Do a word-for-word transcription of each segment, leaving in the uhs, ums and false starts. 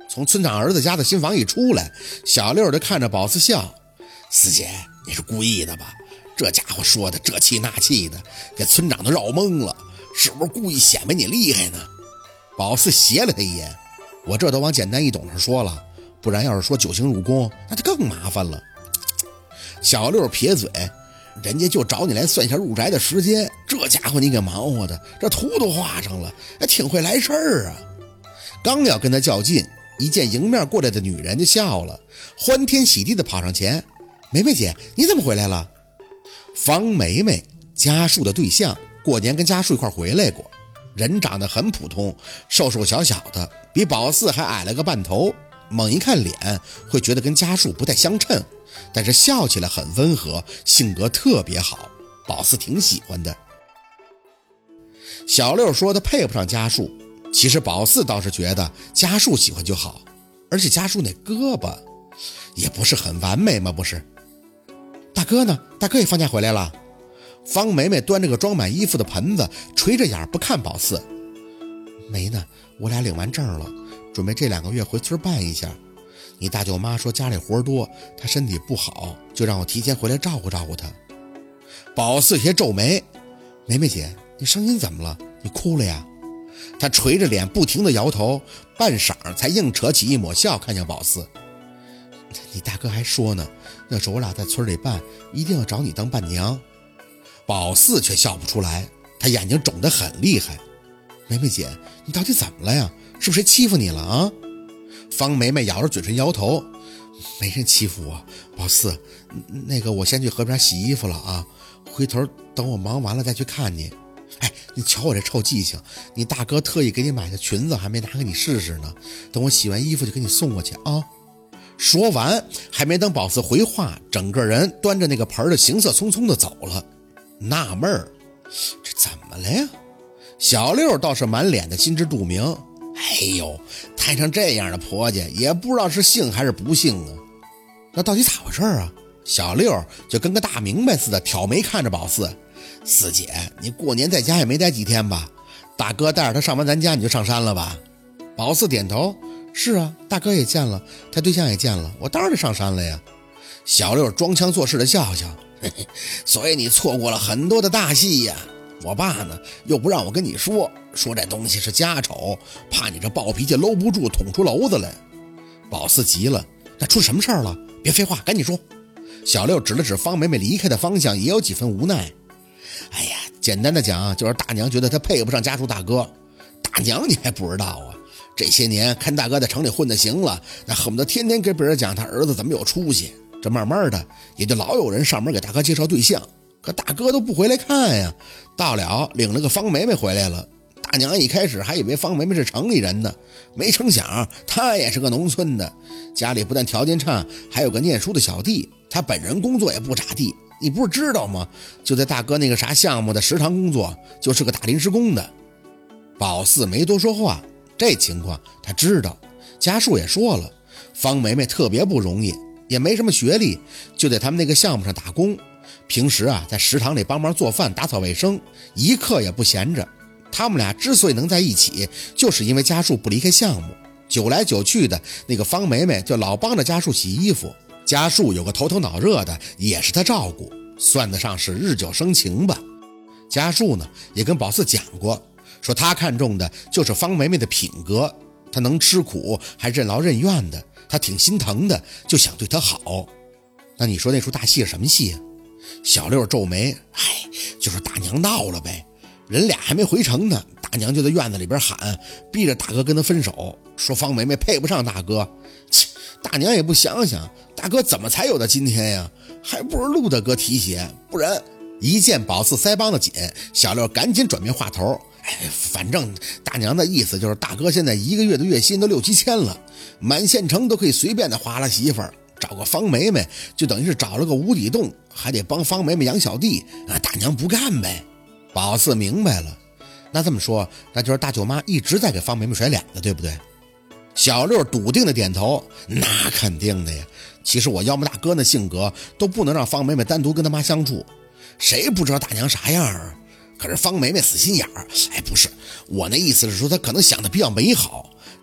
从村长儿子家的新房一出来，小六就看着宝四笑：“四姐，你是故意的吧？这家伙说的这气那气的，给村长都绕懵了，是不是故意显摆你厉害呢？”宝四斜了他一眼：“我这都往简单易懂上说了，不然要是说九星入宫，那就更麻烦了。”小六撇嘴：“人家就找你来算一下入宅的时间，这家伙你给忙活的，这图都画上了，还挺会来事儿啊。”刚要跟他较劲，一见迎面过来的女人就笑了，欢天喜地的跑上前：“梅梅姐，你怎么回来了？”方梅梅，家树的对象，过年跟家树一块回来过，人长得很普通，瘦瘦小小的，比宝四还矮了个半头，猛一看脸会觉得跟家树不太相称，但是笑起来很温和，性格特别好，宝四挺喜欢的。小六说他配不上家树，其实宝四倒是觉得家树喜欢就好，而且家树那胳膊也不是很完美吗？不是。大哥呢？大哥也放假回来了。方梅梅端着个装满衣服的盆子，垂着眼不看宝四。没呢，我俩领完证了，准备这两个月回村办一下。你大舅妈说家里活多，她身体不好，就让我提前回来照顾照顾她。宝四爷皱眉：“梅梅姐，你声音怎么了？你哭了呀？”她垂着脸不停地摇头，半晌才硬扯起一抹笑，看向宝四：“你大哥还说呢，那时候我俩在村里办，一定要找你当伴娘。”宝四却笑不出来，他眼睛肿得很厉害。“梅梅姐，你到底怎么了呀？是不是谁欺负你了啊？”方梅梅咬着嘴唇摇头：“没人欺负我，宝四，那个我先去河边洗衣服了啊，回头等我忙完了再去看你。哎，你瞧我这臭记性，你大哥特意给你买的裙子还没拿给你试试呢，等我洗完衣服就给你送过去啊。”说完还没等宝四回话，整个人端着那个盆的行色匆匆的走了。纳闷儿，这怎么了呀？小六倒是满脸的心知肚明。哎呦，摊上这样的婆家，也不知道是幸还是不幸啊。那到底咋回事啊？小六就跟个大明白似的，挑眉看着宝四：“四姐，你过年在家也没待几天吧？大哥带着他上完咱家你就上山了吧？”宝四点头：“是啊，大哥也见了，他对象也见了，我当然得上山了呀。”小六装腔作势的笑笑：“嘿嘿，所以你错过了很多的大戏呀。我爸呢，又不让我跟你说，说这东西是家丑，怕你这暴脾气搂不住，捅出篓子来。”宝四急了：“那出什么事儿了？别废话，赶紧说。”小六指了指方梅梅离开的方向，也有几分无奈：“哎呀，简单的讲，就是大娘觉得她配不上家属大哥。大娘你还不知道啊？这些年看大哥在城里混得行了，那恨不得天天跟别人讲他儿子怎么有出息。这慢慢的，也就老有人上门给大哥介绍对象，可大哥都不回来看呀。到了领了个方梅梅回来了，大娘一开始还以为方梅梅是城里人呢，没成想她也是个农村的，家里不但条件差，还有个念书的小弟，她本人工作也不咋地，你不是知道吗？就在大哥那个啥项目的食堂工作，就是个打临时工的。宝四没多说话，这情况他知道，家属也说了，方梅梅特别不容易，也没什么学历，就在他们那个项目上打工，平时啊在食堂里帮忙做饭打扫卫生，一刻也不闲着。他们俩之所以能在一起，就是因为家属不离开项目，久来久去的，那个方梅梅就老帮着家属洗衣服，家属有个头头脑热的也是他照顾，算得上是日久生情吧。家属呢也跟宝四讲过，说他看中的就是方梅梅的品格，她能吃苦还任劳任怨的，他挺心疼的，就想对她好。那你说那出大戏是什么戏啊？小六皱眉：“哎，就是大娘闹了呗，人俩还没回城呢，大娘就在院子里边喊，逼着大哥跟她分手，说方梅梅配不上大哥。切，大娘也不想想，大哥怎么才有的今天呀？还不如陆大哥提携，不然……”一见宝四腮帮子紧，小六赶紧转变话头：“哎，反正大娘的意思就是大哥现在一个月的月薪都六七千了，满县城都可以随便的花了媳妇儿，找个方梅梅就等于是找了个无底洞，还得帮方梅梅养小弟啊，大娘不干呗。”宝四明白了，那这么说，那就是大舅妈一直在给方梅梅甩脸子，对不对？小六笃定的点头：“那肯定的呀，其实我要么大哥那性格都不能让方梅梅单独跟他妈相处，谁不知道大娘啥样啊？可是方梅梅死心眼儿，哎，不是，我那意思是说她可能想的比较美好，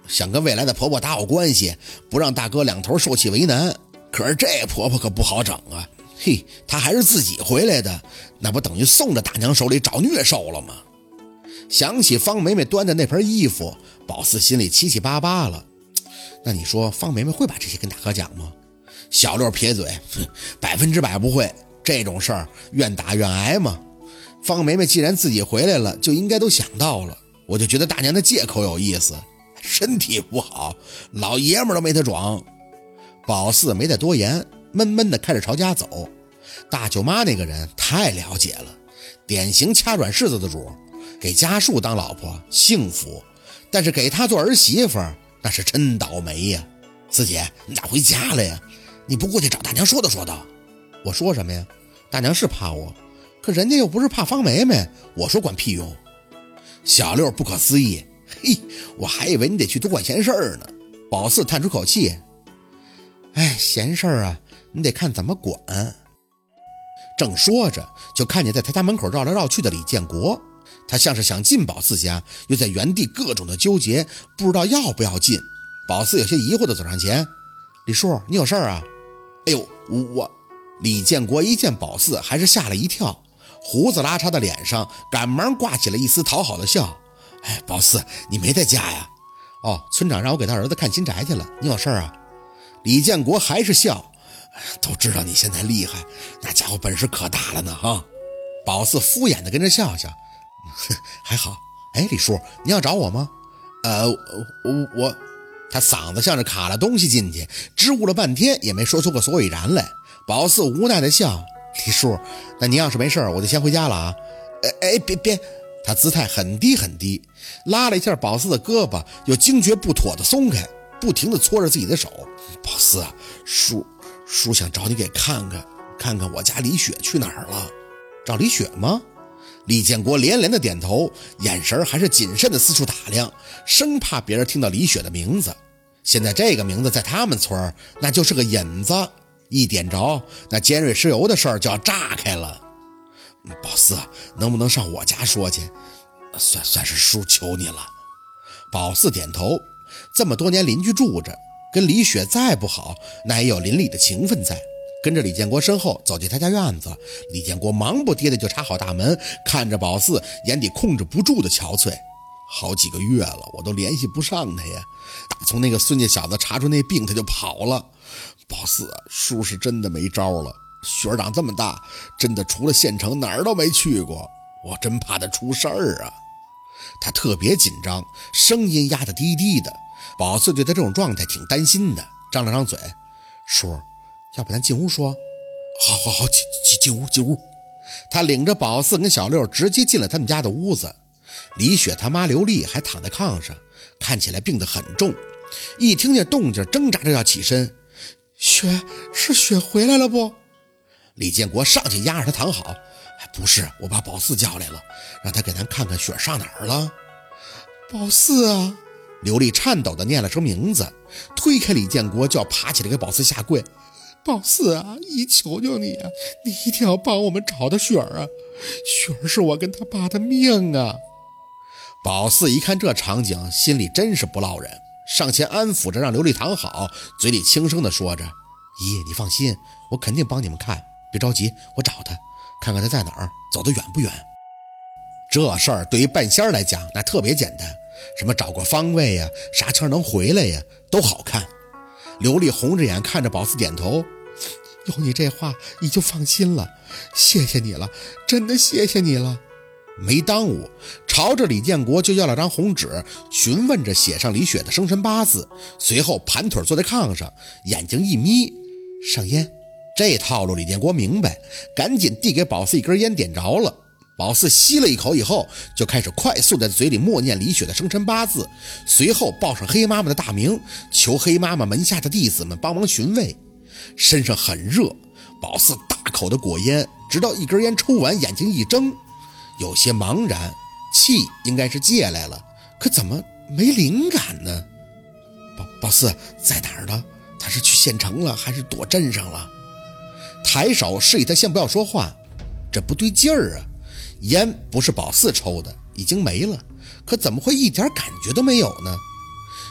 想跟未来的婆婆打好关系，不让大哥两头受气为难。可是这婆婆可不好整啊，嘿，她还是自己回来的，那不等于送着大娘手里找虐受了吗？想起方梅梅端的那盆衣服，宝四心里七七八八了。那你说方梅梅会把这些跟大哥讲吗？小六撇嘴，百分之百不会，这种事儿愿打愿挨嘛。方梅梅既然自己回来了，就应该都想到了。我就觉得大娘的借口有意思，身体不好，老爷们都没她壮。宝四没再多言，闷闷地开着朝家走。大舅妈那个人太了解了，典型掐软柿子的主，给家树当老婆幸福，但是给她做儿媳妇那是真倒霉呀。四姐，你咋回家了呀？你不过去找大娘说道说道。我说什么呀？大娘是怕我，可人家又不是怕方梅梅，我说管屁用。小六不可思议，嘿，我还以为你得去多管闲事儿呢。宝四叹出口气，哎，闲事儿啊，你得看怎么管。正说着，就看见在他家门口绕来绕去的李建国，他像是想进宝四家，又在原地各种的纠结，不知道要不要进。宝四有些疑惑的走上前，李叔，你有事儿啊？哎呦，我……李建国一见宝四还是吓了一跳，胡子拉碴的脸上赶忙挂起了一丝讨好的笑。哎，宝四，你没在家呀？哦，村长让我给他儿子看新宅去了，你有事儿啊？李建国还是笑，都知道你现在厉害，那家伙本事可大了呢哈。宝四敷衍的跟着笑笑，还好。哎，李叔，你要找我吗？呃，我我他嗓子像是卡了东西进去，支吾了半天也没说出个所以然来。宝四无奈的笑，李叔，那您要是没事我就先回家了啊。哎哎，别别，他姿态很低很低，拉了一下宝四的胳膊，又惊觉不妥的松开，不停的搓着自己的手。宝四啊，叔叔想找你给看看看看我家李雪去哪儿了。找李雪吗？李建国连连的点头，眼神还是谨慎的四处打量，生怕别人听到李雪的名字。现在这个名字在他们村那就是个引子，一点着那尖锐石油的事儿就要炸开了。宝四，能不能上我家说去？算算是叔求你了。宝四点头，这么多年邻居住着，跟李雪再不好，那也有邻里的情分在。跟着李建国身后走进他家院子，李建国忙不迭的就插好大门，看着宝四，眼底控制不住的憔悴。好几个月了，我都联系不上他呀。打从那个孙家小子查出那病，他就跑了。宝四，叔是真的没招了。雪儿长这么大，真的除了县城哪儿都没去过，我真怕他出事儿啊。他特别紧张，声音压得低低的。宝四对他这种状态挺担心的，张了张嘴，叔，要不咱进屋说？好好好，进进进屋进屋。他领着宝四跟小六直接进了他们家的屋子。李雪他妈刘丽还躺在炕上，看起来病得很重，一听见动静挣扎着要起身。雪，是雪回来了不？李建国上去压着他躺好。不是，我把宝四叫来了，让他给咱看看雪上哪儿了。宝四啊！刘丽颤抖地念了声名字，推开李建国就要爬起来给宝四下跪。宝四啊，姨求求你啊，你一定要帮我们找到雪儿啊，雪儿是我跟他爸的命啊。宝四一看这场景，心里真是不落忍，上前安抚着让刘丽躺好，嘴里轻声地说着，姨你放心，我肯定帮你们看，别着急，我找他看看他在哪儿，走得远不远。这事儿对于半仙来讲那特别简单，什么找过方位呀，啥前能回来呀，都好看。刘丽红着眼看着宝四点头，有你这话你就放心了，谢谢你了，真的谢谢你了。没耽误，朝着李建国就要了张红纸，询问着写上李雪的生辰八字，随后盘腿坐在炕上，眼睛一眯，上烟。这套路李建国明白，赶紧递给宝四一根烟，点着了。宝四吸了一口以后，就开始快速在嘴里默念李雪的生辰八字，随后报上黑妈妈的大名，求黑妈妈门下的弟子们帮忙寻位。身上很热，宝四大口的果烟，直到一根烟抽完，眼睛一睁，有些茫然，气应该是借来了，可怎么没灵感呢？宝宝四在哪儿呢？他是去县城了，还是躲镇上了？抬手示意他先不要说话，这不对劲儿啊！烟不是宝四抽的，已经没了，可怎么会一点感觉都没有呢？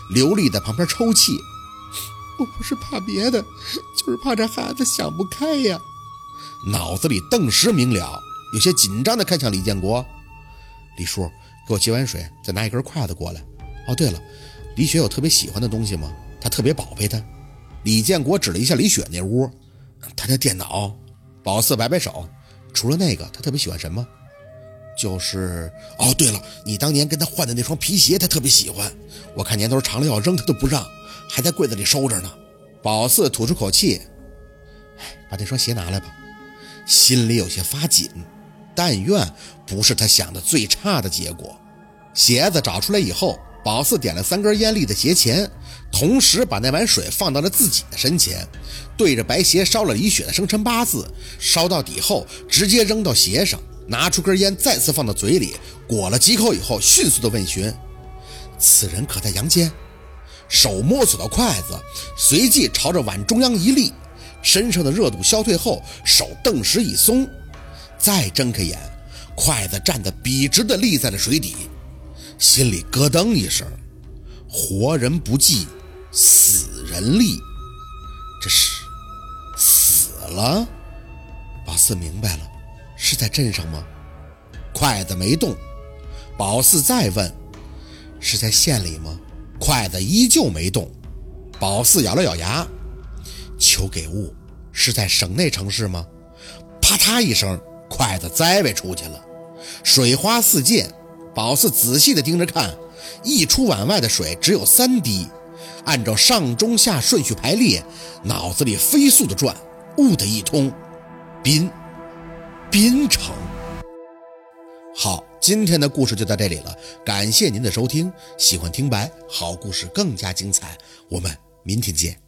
刘丽在旁边抽泣：“我不是怕别的，就是怕这孩子想不开呀。”脑子里顿时明了，有些紧张地看向李建国：“李叔，给我接完水，再拿一根筷子过来。哦，对了，李雪有特别喜欢的东西吗？她特别宝贝的。”李建国指了一下李雪那屋：“她的电脑。”宝四摆摆手：“除了那个，她特别喜欢什么？”就是哦，对了，你当年跟他换的那双皮鞋，他特别喜欢。我看年头长了要扔，他都不让，还在柜子里收着呢。宝四吐出口气，把那双鞋拿来吧。心里有些发紧，但愿不是他想的最差的结果。鞋子找出来以后，宝四点了三根烟立在鞋前，同时把那碗水放到了自己的身前，对着白鞋烧了李雪的生辰八字，烧到底后直接扔到鞋上，拿出根烟再次放到嘴里，裹了几口以后迅速的问询：“此人可在阳间？”手摸索到筷子，随即朝着碗中央一立，身上的热度消退后，手顿时一松，再睁开眼，筷子站得笔直的立在了水底，心里咯噔一声，活人不济，死人立，这是死了。宝四明白了，是在镇上吗？筷子没动。宝四再问：“是在县里吗？”筷子依旧没动。宝四咬了咬牙：“求给物，是在省内城市吗？”啪嗒一声，筷子栽位出去了，水花四溅。宝四仔细地盯着看，溢出碗外的水只有三滴，按照上中下顺序排列，脑子里飞速地转，悟的一通，滨滨城。好，今天的故事就到这里了，感谢您的收听，喜欢听白，好故事更加精彩，我们明天见。